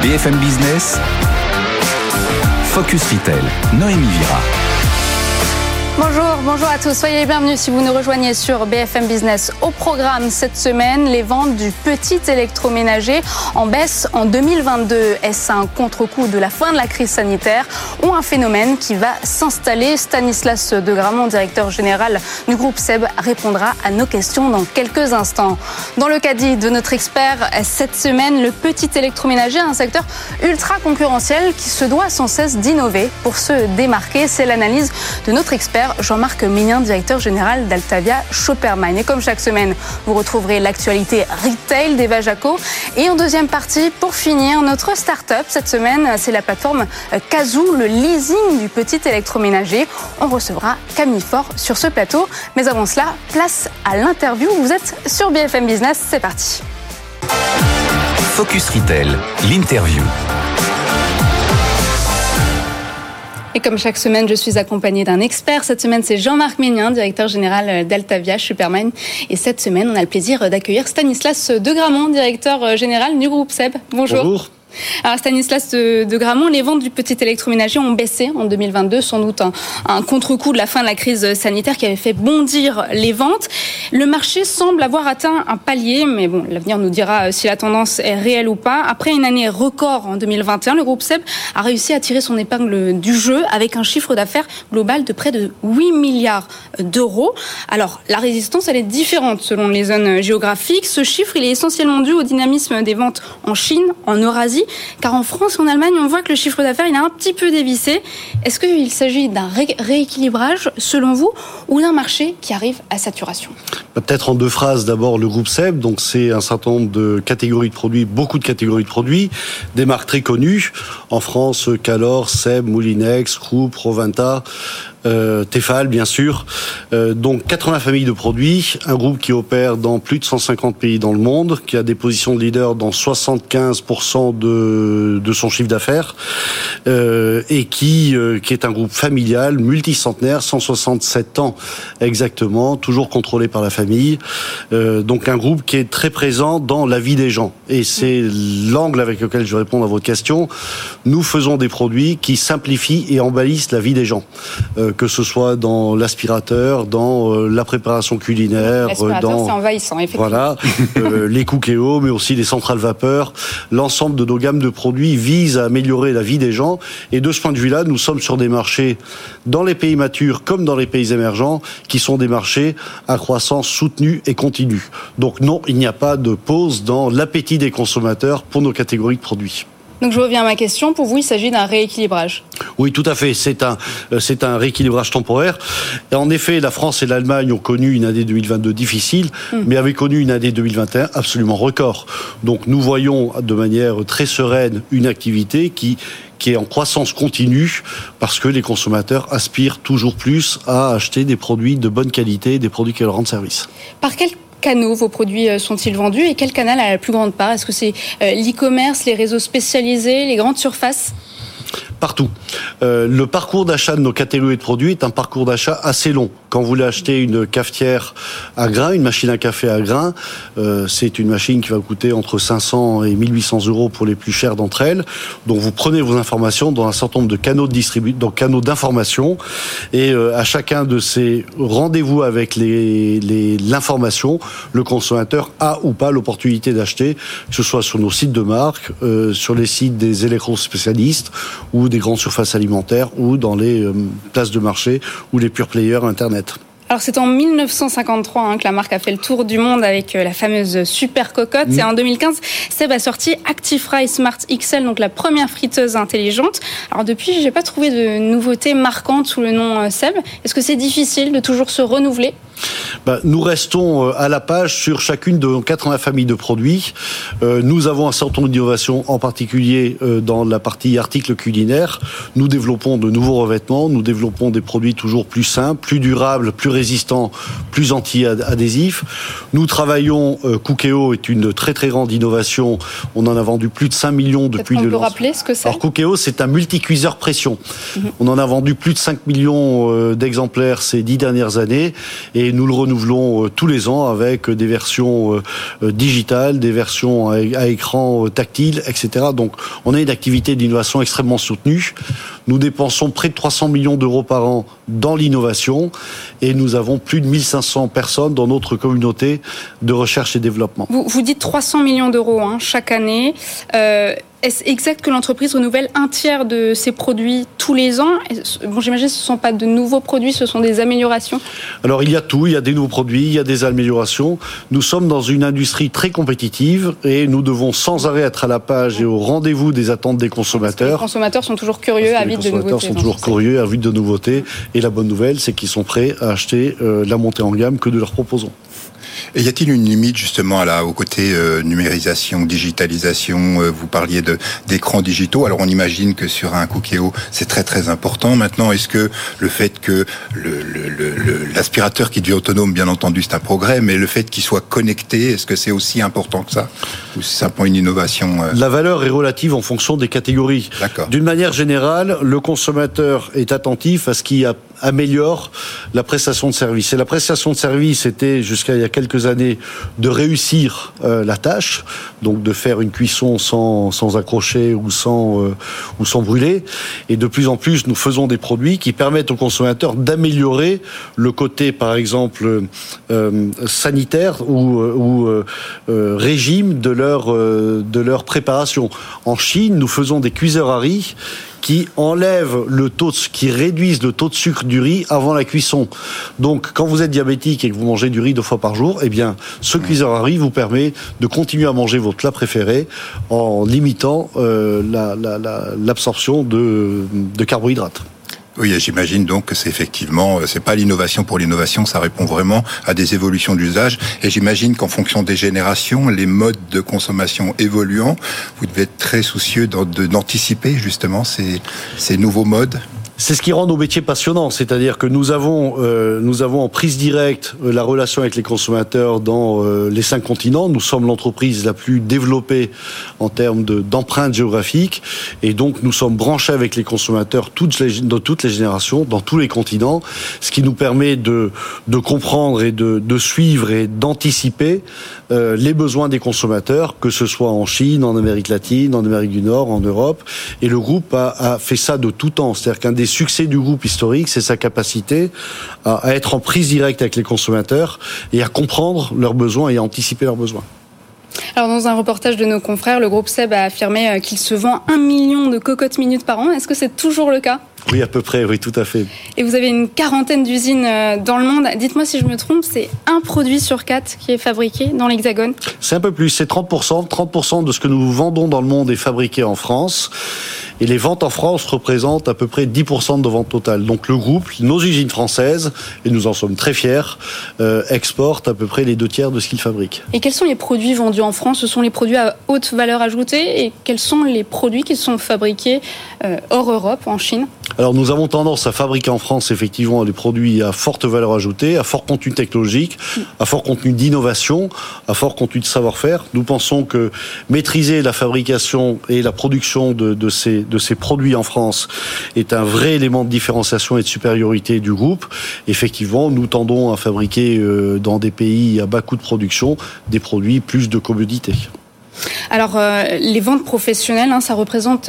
BFM Business, Focus Retail, Noémie Vira. Bonjour à tous, soyez les bienvenus si vous nous rejoignez sur BFM Business. Au programme cette semaine, les ventes du petit électroménager en baisse en 2022. Est-ce un contre-coup de la fin de la crise sanitaire ou un phénomène qui va s'installer? Stanislas de Gramont, directeur général du groupe SEB, répondra à nos questions dans quelques instants. Dans le caddie de notre expert, cette semaine, le petit électroménager est un secteur ultra concurrentiel qui se doit sans cesse d'innover pour se démarquer. C'est l'analyse de notre expert Jean-Marc Ménien, directeur général d'Altavia Shoppermine. Et comme chaque semaine, vous retrouverez l'actualité retail d'Eva Jaco. Et en deuxième partie, pour finir, notre start-up. Cette semaine, c'est la plateforme Cazoo, le leasing du petit électroménager. On recevra Camille Faure sur ce plateau. Mais avant cela, place à l'interview. Vous êtes sur BFM Business, c'est parti. Focus Retail, l'interview. Et comme chaque semaine, je suis accompagnée d'un expert. Cette semaine, c'est Jean-Marc Ménien, directeur général d'Altavia Shoppermine. Et cette semaine, on a le plaisir d'accueillir Stanislas de Gramont, directeur général du groupe SEB. Bonjour. Bonjour. Alors Stanislas de Gramont, les ventes du petit électroménager ont baissé en 2022, sans doute un contre-coup de la fin de la crise sanitaire qui avait fait bondir les ventes. Le marché semble avoir atteint un palier, mais bon, l'avenir nous dira si la tendance est réelle ou pas. Après une année record en 2021, le groupe SEB a réussi à tirer son épingle du jeu avec un chiffre d'affaires global de près de 8 milliards d'euros. Alors, la résistance, elle est différente selon les zones géographiques. Ce chiffre, il est essentiellement dû au dynamisme des ventes en Chine, en Eurasie, car en France et en Allemagne, on voit que le chiffre d'affaires il a un petit peu dévissé. Est-ce qu'il s'agit d'un rééquilibrage, selon vous, ou d'un marché qui arrive à saturation? Peut-être en deux phrases. D'abord, le groupe SEB, donc c'est un certain nombre de catégories de produits, beaucoup de catégories de produits, des marques très connues. En France, Calor, SEB, Moulinex, Krupp, Roventa, Tefal, bien sûr. Donc 80 familles de produits, un groupe qui opère dans plus de 150 pays dans le monde, qui a des positions de leader dans 75% de son chiffre d'affaires, et qui est un groupe familial, multicentenaire, 167 ans exactement, toujours contrôlé par la famille. Donc un groupe qui est très présent dans la vie des gens. Et c'est l'angle avec lequel je vais répondre à votre question. Nous faisons des produits qui simplifient et embellissent la vie des gens. Que ce soit dans l'aspirateur, dans la préparation culinaire, l'aspirateur, c'est envahissant, effectivement. Voilà, les cookéos, mais aussi les centrales vapeur. L'ensemble de nos gammes de produits vise à améliorer la vie des gens. Et de ce point de vue-là, nous sommes sur des marchés dans les pays matures comme dans les pays émergents, qui sont des marchés à croissance soutenue et continue. Donc non, il n'y a pas de pause dans l'appétit des consommateurs pour nos catégories de produits. Donc je reviens à ma question. Pour vous, il s'agit d'un rééquilibrage? Oui, tout à fait. C'est un rééquilibrage temporaire. Et en effet, la France et l'Allemagne ont connu une année 2022 difficile, mais avaient connu une année 2021 absolument record. Donc nous voyons de manière très sereine une activité qui est en croissance continue parce que les consommateurs aspirent toujours plus à acheter des produits de bonne qualité, des produits qui leur rendent service. Par quel canaux vos produits sont-ils vendus et quel canal a la plus grande part? Est-ce que c'est l'e-commerce, les réseaux spécialisés, les grandes surfaces? Partout. Le parcours d'achat de nos catégories de produits est un parcours d'achat assez long. Quand vous voulez acheter une cafetière à grains, une machine à café à grains, c'est une machine qui va coûter entre 500 et 1800 euros pour les plus chères d'entre elles. Donc vous prenez vos informations dans un certain nombre de canaux de donc canaux d'information, et à chacun de ces rendez-vous avec l'information, le consommateur a ou pas l'opportunité d'acheter, que ce soit sur nos sites de marque, sur les sites des électro-spécialistes ou des grandes surfaces alimentaires ou dans les places de marché ou les pure players Internet. Alors c'est en 1953 que la marque a fait le tour du monde avec la fameuse super cocotte. Et en 2015, SEB a sorti ActiFry Smart XL, donc la première friteuse intelligente. Alors depuis, j'ai pas trouvé de nouveautés marquantes sous le nom SEB. Est-ce que c'est difficile de toujours se renouveler? Nous restons à la page sur chacune de nos 80 familles de produits. Nous avons un certain nombre d'innovations, en particulier dans la partie articles culinaires. Nous développons de nouveaux revêtements, nous développons des produits toujours plus simples, plus durables, plus résistants, plus anti-adhésifs. Nous travaillons, Cookéo est une très très grande innovation. On en a vendu plus de 5 millions depuis le lancement. Peut rappeler ce que c'est? Alors Cookéo, c'est un multicuiseur pression. On en a vendu plus de 5 millions d'exemplaires ces 10 dernières années. Et et nous le renouvelons tous les ans avec des versions digitales, des versions à écran tactile, etc. Donc on a une activité d'innovation extrêmement soutenue. Nous dépensons près de 300 millions d'euros par an dans l'innovation et nous avons plus de 1500 personnes dans notre communauté de recherche et développement. Vous dites 300 millions d'euros chaque année. Est-ce exact que l'entreprise renouvelle un tiers de ses produits tous les ans ? Bon, j'imagine que ce ne sont pas de nouveaux produits, ce sont des améliorations. Alors il y a tout, il y a des nouveaux produits, il y a des améliorations. Nous sommes dans une industrie très compétitive et nous devons sans arrêt être à la page et au rendez-vous des attentes des consommateurs. Les consommateurs sont toujours curieux, avides de nouveautés. Les consommateurs sont toujours curieux, avides de nouveautés. Et la bonne nouvelle, c'est qu'ils sont prêts à acheter la montée en gamme que nous leur proposons. Et y a-t-il une limite justement au côté numérisation, digitalisation, vous parliez d'écrans digitaux, alors on imagine que sur un Cookéo c'est très très important. Maintenant, est-ce que le fait que l'aspirateur qui devient autonome, bien entendu c'est un progrès, mais le fait qu'il soit connecté, est-ce que c'est aussi important que ça ? Ou c'est simplement une innovation La valeur est relative en fonction des catégories. D'accord. D'une manière générale, le consommateur est attentif à ce qui améliore la prestation de service. Et la prestation de service était, jusqu'à il y a quelques années, de réussir la tâche, donc de faire une cuisson sans accrocher ou sans brûler. Et de plus en plus, nous faisons des produits qui permettent aux consommateurs d'améliorer le côté, par exemple, sanitaire ou régime de leur préparation. En Chine, nous faisons des cuiseurs à riz qui réduisent le taux de sucre du riz avant la cuisson. Donc, quand vous êtes diabétique et que vous mangez du riz 2 fois par jour, eh bien, ce cuiseur à riz vous permet de continuer à manger votre plat préféré en limitant l'absorption de carbohydrates. Oui, j'imagine donc que c'est pas l'innovation pour l'innovation, ça répond vraiment à des évolutions d'usage. Et j'imagine qu'en fonction des générations, les modes de consommation évoluant, vous devez être très soucieux d'anticiper justement ces nouveaux modes. C'est ce qui rend nos métiers passionnants, c'est-à-dire que nous avons en prise directe la relation avec les consommateurs dans les 5 continents. Nous sommes l'entreprise la plus développée en termes d'empreinte géographique, et donc nous sommes branchés avec les consommateurs de toutes les générations, dans tous les continents, ce qui nous permet de comprendre et de suivre et d'anticiper les besoins des consommateurs, que ce soit en Chine, en Amérique latine, en Amérique du Nord, en Europe. Et le groupe a fait ça de tout temps, c'est-à-dire qu'un des succès du groupe historique, c'est sa capacité à être en prise directe avec les consommateurs et à comprendre leurs besoins et à anticiper leurs besoins. Alors, dans un reportage de nos confrères, le groupe SEB a affirmé qu'il se vend 1 million de cocottes minutes par an. Est-ce que c'est toujours le cas ? Oui, à peu près, oui, tout à fait. Et vous avez une 40aine d'usines dans le monde. Dites-moi si je me trompe, c'est un produit sur 4 qui est fabriqué dans l'Hexagone ? C'est un peu plus, c'est 30%. 30% de ce que nous vendons dans le monde est fabriqué en France. Et les ventes en France représentent à peu près 10% de nos ventes totales. Donc le groupe, nos usines françaises, et nous en sommes très fiers, exportent à peu près les 2/3 de ce qu'ils fabriquent. Et quels sont les produits vendus en France ? Ce sont les produits à haute valeur ajoutée, et quels sont les produits qui sont fabriqués hors Europe, en Chine ? Alors nous avons tendance à fabriquer en France effectivement des produits à forte valeur ajoutée, à fort contenu technologique, à fort contenu d'innovation, à fort contenu de savoir-faire. Nous pensons que maîtriser la fabrication et la production de ces produits en France est un vrai élément de différenciation et de supériorité du groupe. Effectivement, nous tendons à fabriquer dans des pays à bas coût de production des produits plus de commodité. Alors, les ventes professionnelles, ça représente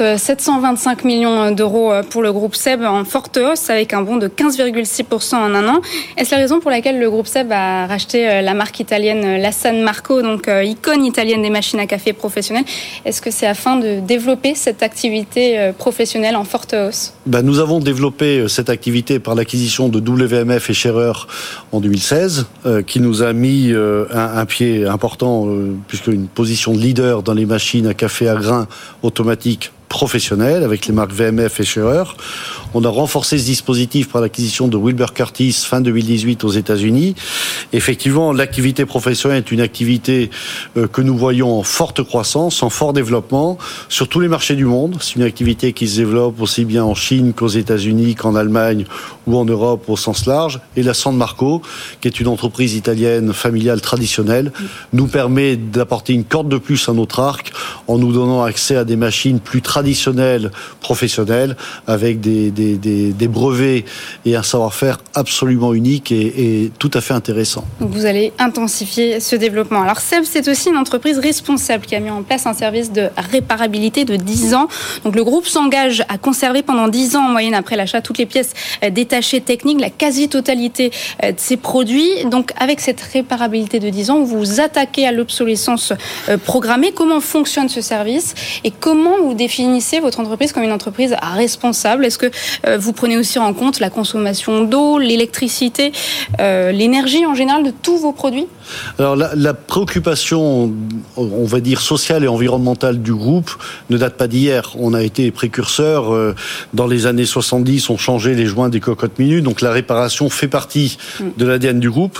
725 millions d'euros pour le groupe SEB, en forte hausse, avec un bond de 15,6% en un an. Est-ce la raison pour laquelle le groupe SEB a racheté la marque italienne La San Marco, donc icône italienne des machines à café professionnelles ? Est-ce que c'est afin de développer cette activité professionnelle en forte hausse ? Nous avons développé cette activité par l'acquisition de WMF et Scherer en 2016, qui nous a mis un pied important, puisque une position de leader dans les machines à café à grains automatiques professionnelles avec les marques VMF et Scherer. On a renforcé ce dispositif par l'acquisition de Wilbur Curtis fin 2018 aux États-Unis. Effectivement, l'activité professionnelle est une activité que nous voyons en forte croissance, en fort développement sur tous les marchés du monde. C'est une activité qui se développe aussi bien en Chine qu'aux États-Unis, qu'en Allemagne ou en Europe au sens large. Et la San Marco, qui est une entreprise italienne familiale traditionnelle, nous permet d'apporter une corde de plus à notre arc en nous donnant accès à des machines plus traditionnelles, professionnelles, avec des brevets et un savoir-faire absolument unique et tout à fait intéressant. Donc vous allez intensifier ce développement. Alors SEB, c'est aussi une entreprise responsable qui a mis en place un service de réparabilité de 10 ans. Donc le groupe s'engage à conserver pendant 10 ans en moyenne après l'achat toutes les pièces détachées techniques, la quasi-totalité de ces produits. Donc avec cette réparabilité de 10 ans, vous vous attaquez à l'obsolescence programmée. Comment fonctionne ce service et comment vous définissez votre entreprise comme une entreprise responsable? Est-ce que vous prenez aussi en compte la consommation d'eau, l'électricité, l'énergie en général de tous vos produits? Alors la préoccupation, on va dire sociale et environnementale du groupe ne date pas d'hier. On a été précurseurs. Dans les années 70, on changeait les joints des cocottes minutes. Donc la réparation fait partie de l'ADN du groupe.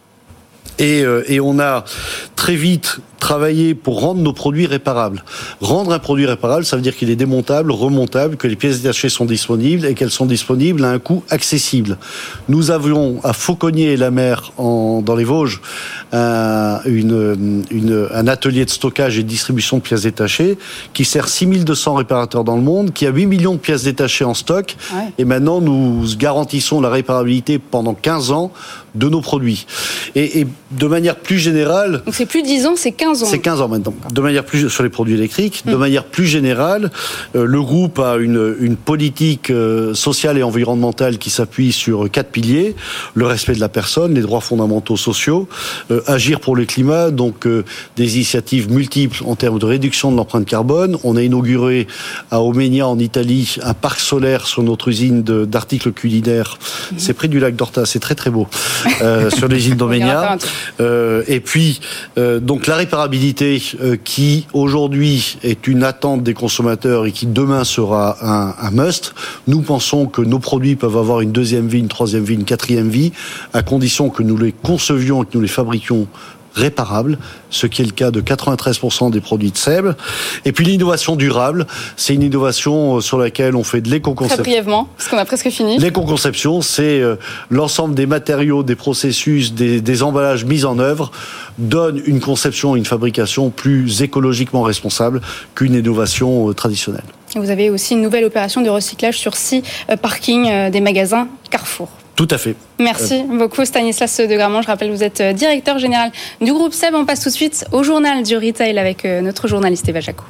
Et on a très vite travaillé pour rendre nos produits réparables. Rendre un produit réparable, ça veut dire qu'il est démontable, remontable, que les pièces détachées sont disponibles et qu'elles sont disponibles à un coût accessible. Nous avions à Fauconnier-et-la-Mer, dans les Vosges, un atelier de stockage et de distribution de pièces détachées qui sert 6200 réparateurs dans le monde, qui a 8 millions de pièces détachées en stock. Ouais. Et maintenant, nous garantissons la réparabilité pendant 15 ans de nos produits. Et de manière plus générale... Donc c'est plus 10 ans, c'est 15 ans. C'est 15 ans maintenant. De manière plus sur les produits électriques, de manière plus générale, le groupe a une politique sociale et environnementale qui s'appuie sur 4 piliers: le respect de la personne, les droits fondamentaux sociaux, agir pour le climat, donc des initiatives multiples en termes de réduction de l'empreinte carbone. On a inauguré à Omegna en Italie un parc solaire sur notre usine d'articles culinaires. C'est près du lac d'Orta, c'est très très beau. Sur les îles d'Omegna. Et puis, donc la réparabilité qui aujourd'hui est une attente des consommateurs et qui demain sera un must. Nous pensons que nos produits peuvent avoir une deuxième vie, une troisième vie, une quatrième vie, à condition que nous les concevions et que nous les fabriquions réparables, ce qui est le cas de 93% des produits de SEB. Et puis l'innovation durable, c'est une innovation sur laquelle on fait de l'éco-conception. Très brièvement, parce qu'on a presque fini. L'éco-conception, c'est l'ensemble des matériaux, des processus, des emballages mis en œuvre donne une conception et une fabrication plus écologiquement responsable qu'une innovation traditionnelle. Et vous avez aussi une nouvelle opération de recyclage sur 6 parkings des magasins Carrefour. Tout à fait. Merci beaucoup Stanislas de Gramont. Je rappelle, vous êtes directeur général du groupe SEB. On passe tout de suite au journal du retail avec notre journaliste Eva Jaco.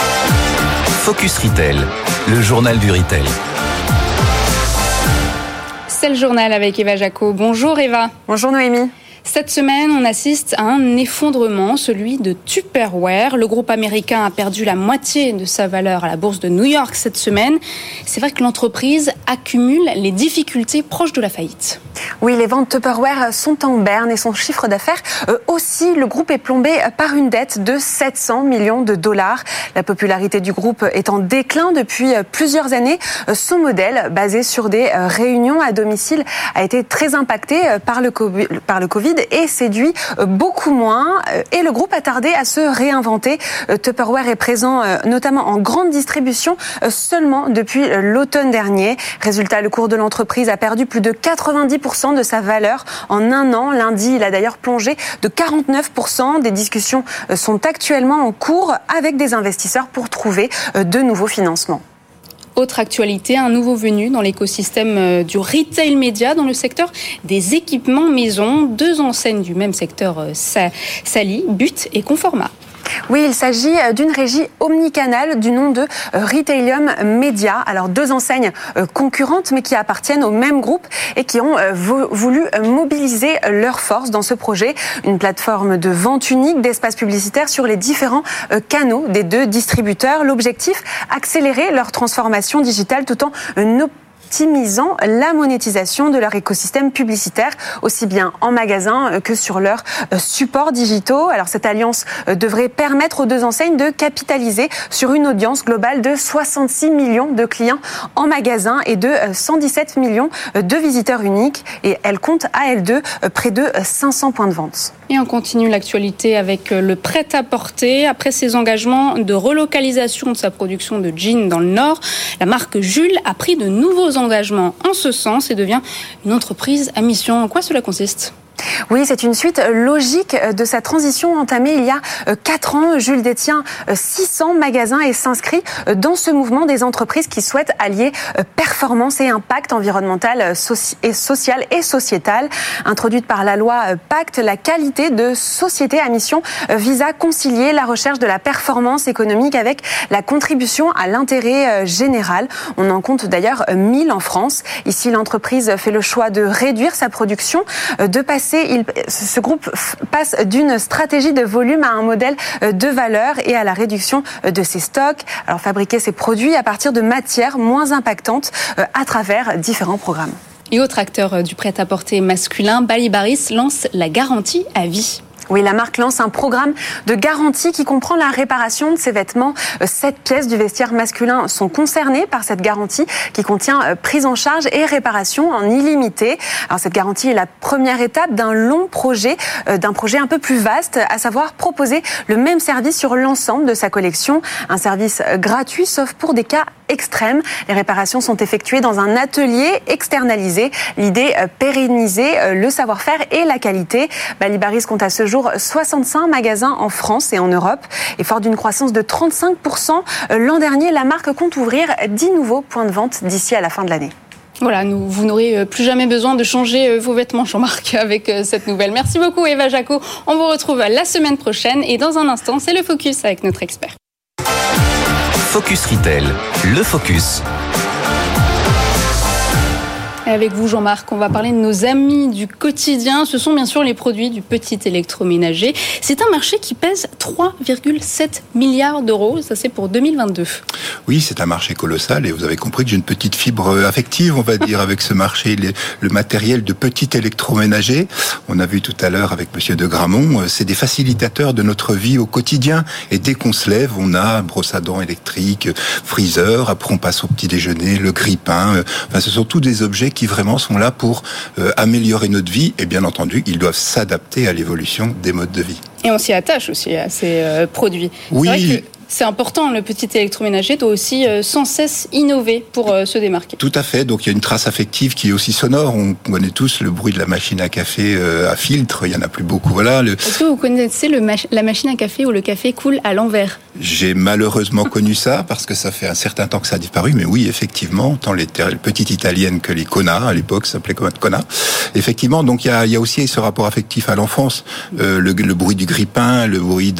Focus Retail, le journal du retail. C'est le journal avec Eva Jaco. Bonjour Eva. Bonjour Noémie. Cette semaine, on assiste à un effondrement, celui de Tupperware. Le groupe américain a perdu la moitié de sa valeur à la bourse de New York cette semaine. C'est vrai que l'entreprise accumule les difficultés proches de la faillite. Oui, les ventes Tupperware sont en berne et son chiffre d'affaires aussi. Le groupe est plombé par une dette de 700 millions de dollars. La popularité du groupe est en déclin depuis plusieurs années. Son modèle, basé sur des réunions à domicile, a été très impacté par le Covid et séduit beaucoup moins. Et le groupe a tardé à se réinventer. Tupperware est présent notamment en grande distribution seulement depuis l'automne dernier. Résultat, le cours de l'entreprise a perdu plus de 90% de sa valeur en un an. Lundi, il a d'ailleurs plongé de 49%. Des discussions sont actuellement en cours avec des investisseurs pour trouver de nouveaux financements. Autre actualité, un nouveau venu dans l'écosystème du retail média dans le secteur des équipements maison. 2 enseignes du même secteur s'allient, But et Conforma. Oui, il s'agit d'une régie omnicanale du nom de Retailium Media. Alors 2 enseignes concurrentes mais qui appartiennent au même groupe et qui ont voulu mobiliser leurs forces dans ce projet. Une plateforme de vente unique d'espaces publicitaires sur les différents canaux des 2 distributeurs. L'objectif, accélérer leur transformation digitale tout en optimisant la monétisation de leur écosystème publicitaire, aussi bien en magasin que sur leurs supports digitaux. Alors cette alliance devrait permettre aux 2 enseignes de capitaliser sur une audience globale de 66 millions de clients en magasin et de 117 millions de visiteurs uniques. Et elle compte à elle 2 près de 500 points de vente. Et on continue l'actualité avec le prêt-à-porter. Après ses engagements de relocalisation de sa production de jeans dans le Nord, la marque Jules a pris de nouveaux engagements en ce sens et devient une entreprise à mission. En quoi cela consiste ? Oui, c'est une suite logique de sa transition entamée il y a 4 ans. Jules détient 600 magasins et s'inscrit dans ce mouvement des entreprises qui souhaitent allier performance et impact environnemental, social et sociétal. Introduite par la loi Pacte, la qualité de société à mission vise à concilier la recherche de la performance économique avec la contribution à l'intérêt général. On en compte d'ailleurs 1000 en France. Ici, l'entreprise fait le choix de réduire sa production, de passer ce groupe passe d'une stratégie de volume à un modèle de valeur et à la réduction de ses stocks. Alors fabriquer ses produits à partir de matières moins impactantes à travers différents programmes. Et autre acteur du prêt-à-porter masculin, Balibaris lance la garantie à vie. Oui, la marque lance un programme de garantie qui comprend la réparation de ses vêtements. 7 pièces du vestiaire masculin sont concernées par cette garantie qui contient prise en charge et réparation en illimité. Alors cette garantie est la première étape d'un long projet, d'un projet un peu plus vaste, à savoir proposer le même service sur l'ensemble de sa collection. Un service gratuit, sauf pour des cas extrêmes. Les réparations sont effectuées dans un atelier externalisé. L'idée, pérenniser le savoir-faire et la qualité. Balibaris compte à ce jour 65 magasins en France et en Europe. Et fort d'une croissance de 35% l'an dernier, la marque compte ouvrir 10 nouveaux points de vente d'ici à la fin de l'année. Voilà, vous n'aurez plus jamais besoin de changer vos vêtements, Jean-Marc, avec cette nouvelle. Merci beaucoup, Eva Jaco. On vous retrouve la semaine prochaine. Et dans un instant, c'est le Focus avec notre expert. Focus Retail, le Focus. Et avec vous, Jean-Marc, on va parler de nos amis du quotidien. Ce sont bien sûr les produits du petit électroménager. C'est un marché qui pèse 3,7 milliards d'euros. Ça, c'est pour 2022. Oui, c'est un marché colossal et vous avez compris que j'ai une petite fibre affective, on va dire, avec ce marché, le matériel de petit électroménager. On a vu tout à l'heure avec Monsieur de Gramont, c'est des facilitateurs de notre vie au quotidien. Et dès qu'on se lève, on a brosse à dents électrique, freezer, après on passe au petit déjeuner, le grille-pain. Enfin, ce sont tous des objets qui vraiment sont là pour améliorer notre vie. Et bien entendu, ils doivent s'adapter à l'évolution des modes de vie. Et on s'y attache aussi à ces produits. Oui. C'est vrai que c'est important, le petit électroménager doit aussi sans cesse innover pour se démarquer. Tout à fait, donc il y a une trace affective qui est aussi sonore. On connaît tous le bruit de la machine à café à filtre, il n'y en a plus beaucoup. Voilà. Est-ce que vous connaissez la machine à café où le café coule à l'envers ? J'ai malheureusement connu ça, parce que ça fait un certain temps que ça a disparu, mais oui, effectivement, tant les petites italiennes que les Kona, à l'époque, ça s'appelait Kona. Effectivement, donc il y a aussi ce rapport affectif à l'enfance, le bruit du grille-pain, le bruit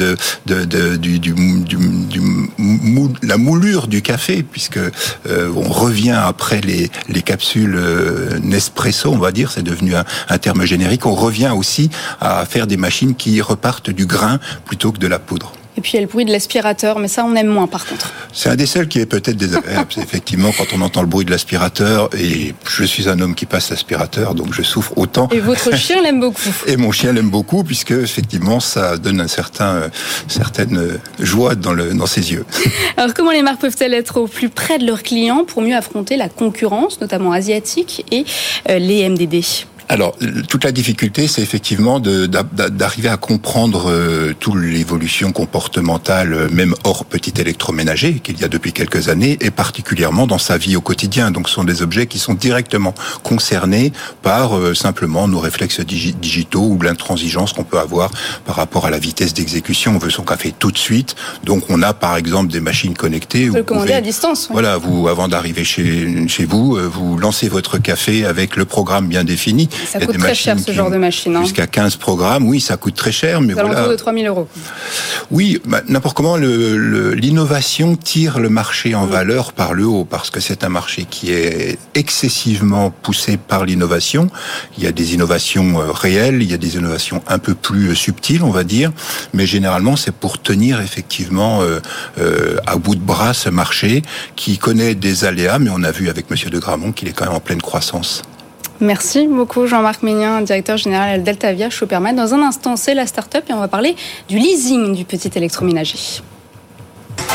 la moulure du café, puisque on revient après les capsules Nespresso, on va dire, c'est devenu un terme générique. On revient aussi à faire des machines qui repartent du grain plutôt que de la poudre. Et puis il y a le bruit de l'aspirateur, mais ça on aime moins par contre. C'est un des seuls qui est peut-être désagréable. Effectivement, quand on entend le bruit de l'aspirateur, et je suis un homme qui passe l'aspirateur, donc je souffre autant. Et votre chien l'aime beaucoup. Et mon chien l'aime beaucoup, puisque effectivement ça donne certaine joie dans ses yeux. Alors comment les marques peuvent-elles être au plus près de leurs clients pour mieux affronter la concurrence, notamment asiatique, et les MDD ? Alors, toute la difficulté, c'est effectivement d'arriver à comprendre toute l'évolution comportementale, même hors petit électroménager, qu'il y a depuis quelques années, et particulièrement dans sa vie au quotidien. Donc, ce sont des objets qui sont directement concernés par simplement nos réflexes digitaux ou l'intransigeance qu'on peut avoir par rapport à la vitesse d'exécution. On veut son café tout de suite. Donc, on a par exemple des machines connectées. Vous pouvez le commander à distance. Oui. Voilà, vous, avant d'arriver chez vous, vous lancez votre café avec le programme bien défini. Ça coûte très cher ce genre de machine. Jusqu'à 15 programmes, oui, ça coûte très cher, mais voilà. Autour de 3 000 euros. Oui, n'importe comment, l'innovation tire le marché en valeur par le haut, parce que c'est un marché qui est excessivement poussé par l'innovation. Il y a des innovations réelles, il y a des innovations un peu plus subtiles, on va dire, mais généralement c'est pour tenir effectivement à bout de bras ce marché qui connaît des aléas, mais on a vu avec Monsieur de Gramont qu'il est quand même en pleine croissance. Merci beaucoup Jean-Marc Ménien, directeur général d'Altavia Shopperman. Dans un instant, c'est la start-up et on va parler du leasing du petit électroménager.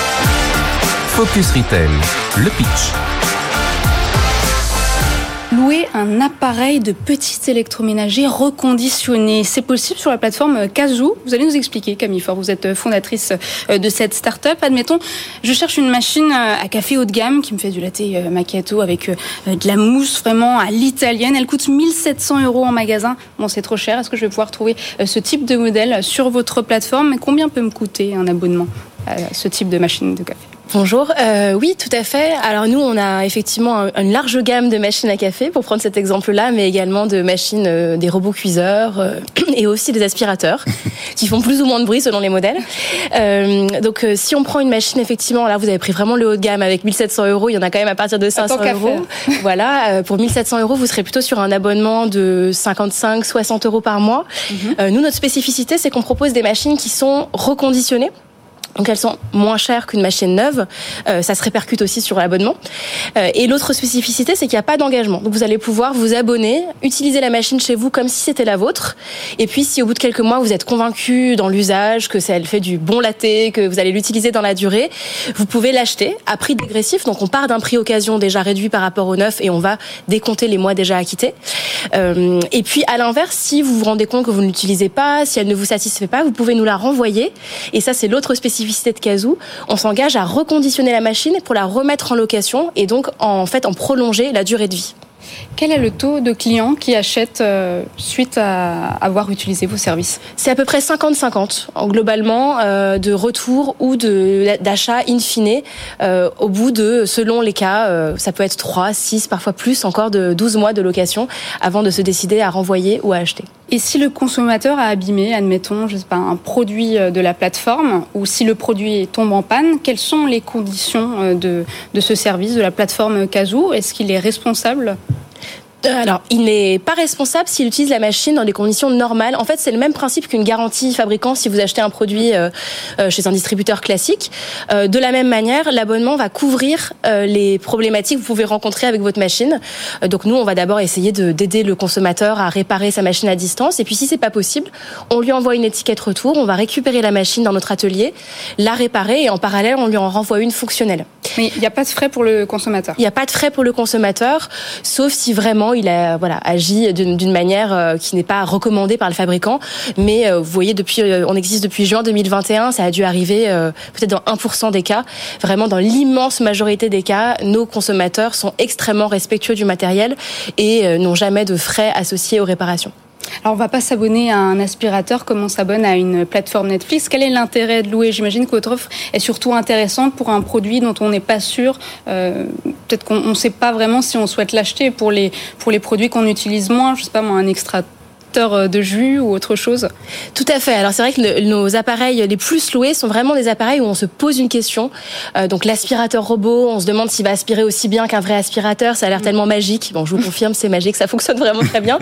Focus Retail, le pitch. Louer louer un appareil de petit électroménager reconditionné. C'est possible sur la plateforme Cazoo. Vous allez nous expliquer, Camille Faure, vous êtes fondatrice de cette start-up. Admettons, je cherche une machine à café haut de gamme qui me fait du latte macchiato avec de la mousse vraiment à l'italienne. Elle coûte 1 700 € en magasin. Bon, c'est trop cher. Est-ce que je vais pouvoir trouver ce type de modèle sur votre plateforme? Combien peut me coûter un abonnement à ce type de machine de café? Bonjour, oui, tout à fait. Alors nous, on a effectivement une large gamme de machines à café, pour prendre cet exemple-là, mais également de machines, des robots cuiseurs et aussi des aspirateurs qui font plus ou moins de bruit selon les modèles. Donc si on prend une machine, effectivement, là vous avez pris vraiment le haut de gamme avec 1 700 €, il y en a quand même à partir de 500 €. Voilà, pour 1 700 €, vous serez plutôt sur un abonnement de 55-60 € par mois. Nous, notre spécificité, c'est qu'on propose des machines qui sont reconditionnées. Donc elles sont moins chères qu'une machine neuve, ça se répercute aussi sur l'abonnement. Et l'autre spécificité, c'est qu'il n'y a pas d'engagement. Donc vous allez pouvoir vous abonner, utiliser la machine chez vous comme si c'était la vôtre. Et puis si au bout de quelques mois vous êtes convaincu dans l'usage, que elle fait du bon latte, que vous allez l'utiliser dans la durée, vous pouvez l'acheter à prix dégressif. Donc on part d'un prix occasion déjà réduit par rapport au neuf et on va décompter les mois déjà acquittés. Et puis à l'inverse, si vous vous rendez compte que vous ne l'utilisez pas, si elle ne vous satisfait pas, vous pouvez nous la renvoyer. Et ça, c'est l'autre spécificité de Cazoo. On s'engage à reconditionner la machine pour la remettre en location et donc en prolonger la durée de vie. Quel est le taux de clients qui achètent suite à avoir utilisé vos services? C'est à peu près 50-50, globalement, de retour ou d'achat in fine, au bout de, selon les cas, ça peut être 3, 6, parfois plus, encore de 12 mois de location avant de se décider à renvoyer ou à acheter. Et si le consommateur a abîmé, admettons, je sais pas, un produit de la plateforme, ou si le produit tombe en panne, quelles sont les conditions de ce service, de la plateforme Cazoo? Est-ce qu'il est responsable? Alors, il n'est pas responsable s'il utilise la machine dans des conditions normales. En fait, c'est le même principe qu'une garantie fabricant si vous achetez un produit chez un distributeur classique. De la même manière, l'abonnement va couvrir les problématiques que vous pouvez rencontrer avec votre machine. Donc nous, on va d'abord essayer d'aider le consommateur à réparer sa machine à distance. Et puis, si c'est pas possible, on lui envoie une étiquette retour. On va récupérer la machine dans notre atelier, la réparer et en parallèle, on lui en renvoie une fonctionnelle. Mais il n'y a pas de frais pour le consommateur? Il n'y a pas de frais pour le consommateur, sauf si vraiment il a agi d'une manière qui n'est pas recommandée par le fabricant. Mais vous voyez, on existe depuis juin 2021, ça a dû arriver peut-être dans 1% des cas. Vraiment, dans l'immense majorité des cas, nos consommateurs sont extrêmement respectueux du matériel et n'ont jamais de frais associés aux réparations. Alors, on ne va pas s'abonner à un aspirateur comme on s'abonne à une plateforme Netflix. Quel est l'intérêt de louer? J'imagine que votre offre est surtout intéressante pour un produit dont on n'est pas sûr. Peut-être qu'on ne sait pas vraiment si on souhaite l'acheter pour les produits qu'on utilise moins. Je ne sais pas moi, un extracteur de jus ou autre chose. Tout à fait. Alors c'est vrai que nos appareils les plus loués sont vraiment des appareils où on se pose une question. Donc l'aspirateur robot, on se demande s'il va aspirer aussi bien qu'un vrai aspirateur. Ça a l'air tellement magique. Bon, je vous confirme, c'est magique, ça fonctionne vraiment très bien.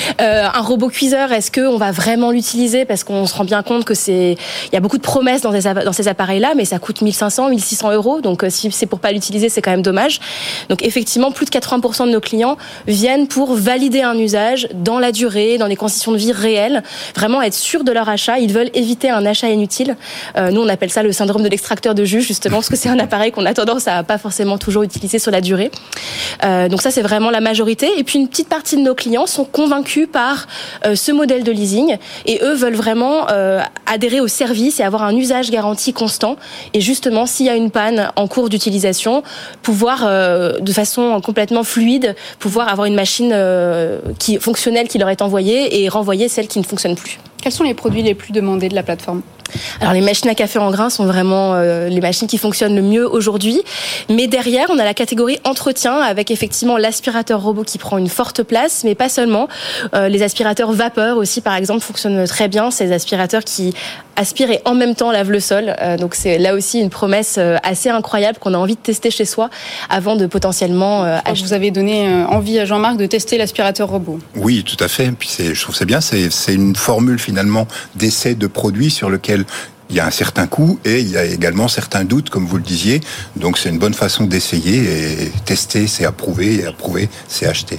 Un robot cuiseur, est-ce qu'on va vraiment l'utiliser? Parce qu'on se rend bien compte que il y a beaucoup de promesses dans ces appareils-là, mais ça coûte 1 500, 1 600 €. Donc si c'est pour pas l'utiliser, c'est quand même dommage. Donc effectivement, plus de 80% de nos clients viennent pour valider un usage dans la durée, dans des conditions de vie réelles, vraiment être sûrs de leur achat. Ils veulent éviter un achat inutile. Nous, on appelle ça le syndrome de l'extracteur de jus, justement, parce que c'est un appareil qu'on a tendance à pas forcément toujours utiliser sur la durée. Donc ça, c'est vraiment la majorité. Et puis, une petite partie de nos clients sont convaincus par ce modèle de leasing et eux veulent vraiment adhérer au service et avoir un usage garanti constant. Et justement, s'il y a une panne en cours d'utilisation, pouvoir, de façon complètement fluide, pouvoir avoir une machine fonctionnelle qui leur est envoyée et renvoyer celle qui ne fonctionne plus. Quels sont les produits les plus demandés de la plateforme ? Alors les machines à café en grains sont vraiment les machines qui fonctionnent le mieux aujourd'hui. Mais derrière, on a la catégorie entretien avec effectivement l'aspirateur robot qui prend une forte place, mais pas seulement. Les aspirateurs vapeur aussi, par exemple, fonctionnent très bien. Ces aspirateurs qui aspirent et en même temps lavent le sol. Donc c'est là aussi une promesse assez incroyable qu'on a envie de tester chez soi avant de potentiellement acheter. Vous avez donné envie à Jean-Marc de tester l'aspirateur robot. Oui, tout à fait. Puis je trouve c'est bien. C'est une formule finalement d'essai de produit sur lequel il y a un certain coût et il y a également certains doutes, comme vous le disiez. Donc c'est une bonne façon d'essayer et tester, c'est approuver et approuver, c'est acheter.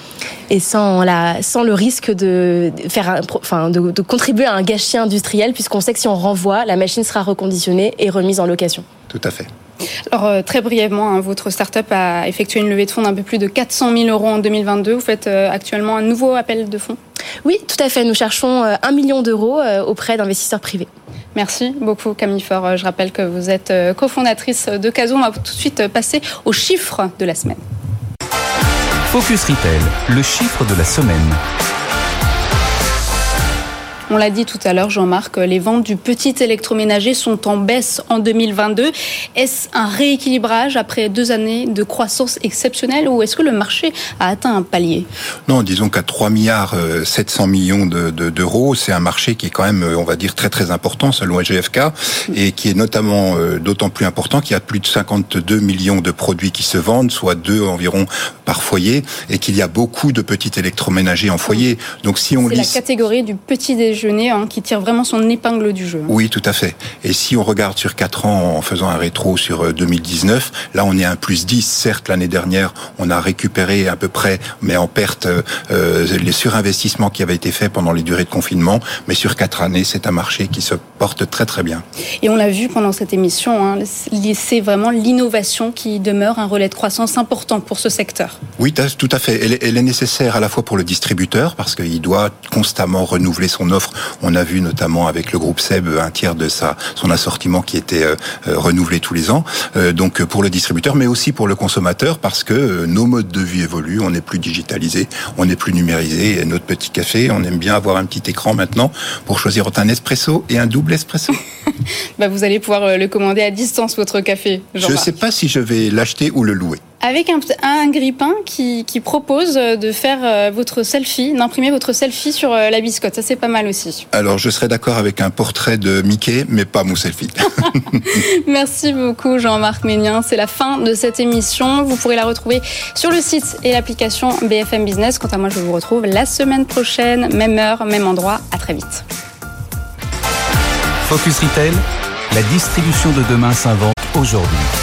Et sans le risque de contribuer à un gâchis industriel, puisqu'on sait que si on renvoie, la machine sera reconditionnée et remise en location. Tout à fait. Alors, très brièvement, votre start-up a effectué une levée de fonds d'un peu plus de 400 000 € en 2022. Vous faites actuellement un nouveau appel de fonds ? Oui, tout à fait. Nous cherchons 1 million d'euros auprès d'investisseurs privés. Merci beaucoup Camille Faure. Je rappelle que vous êtes cofondatrice de Cazoo. On va tout de suite passer aux chiffres de la semaine. Focus Retail, le chiffre de la semaine. On l'a dit tout à l'heure, Jean-Marc, les ventes du petit électroménager sont en baisse en 2022. Est-ce un rééquilibrage après 2 années de croissance exceptionnelle ou est-ce que le marché a atteint un palier ? Non, disons qu'à 3 milliards 700 millions d'euros, c'est un marché qui est quand même, on va dire, très très important selon GfK et qui est notamment d'autant plus important qu'il y a plus de 52 millions de produits qui se vendent, soit 2 environ par foyer, et qu'il y a beaucoup de petits électroménagers en foyer. Donc si on c'est la catégorie du petit déjeuner qui tire vraiment son épingle du jeu. Oui, tout à fait. Et si on regarde sur 4 ans en faisant un rétro sur 2019, là on est à un plus 10. Certes, l'année dernière, on a récupéré à peu près, mais en perte, les surinvestissements qui avaient été faits pendant les durées de confinement. Mais sur 4 années, c'est un marché qui se porte très très bien. Et on l'a vu pendant cette émission, c'est vraiment l'innovation qui demeure un relais de croissance important pour ce secteur. Oui, tout à fait. Elle est nécessaire à la fois pour le distributeur, parce qu'il doit constamment renouveler son offre. On a vu notamment avec le groupe SEB un tiers de son assortiment qui était renouvelé tous les ans. Donc pour le distributeur, mais aussi pour le consommateur, parce que nos modes de vie évoluent. On n'est plus digitalisé, on n'est plus numérisé. Et notre petit café, on aime bien avoir un petit écran maintenant pour choisir entre un espresso et un double espresso. Vous allez pouvoir le commander à distance, votre café, Jean-Marc. Je ne sais pas si je vais l'acheter ou le louer. Avec un grille-pain qui propose de faire votre selfie, d'imprimer votre selfie sur la biscotte. Ça, c'est pas mal aussi. Alors, je serais d'accord avec un portrait de Mickey, mais pas mon selfie. Merci beaucoup, Jean-Marc Ménien. C'est la fin de cette émission. Vous pourrez la retrouver sur le site et l'application BFM Business. Quant à moi, je vous retrouve la semaine prochaine, même heure, même endroit. À très vite. Focus Retail, la distribution de demain s'invente aujourd'hui.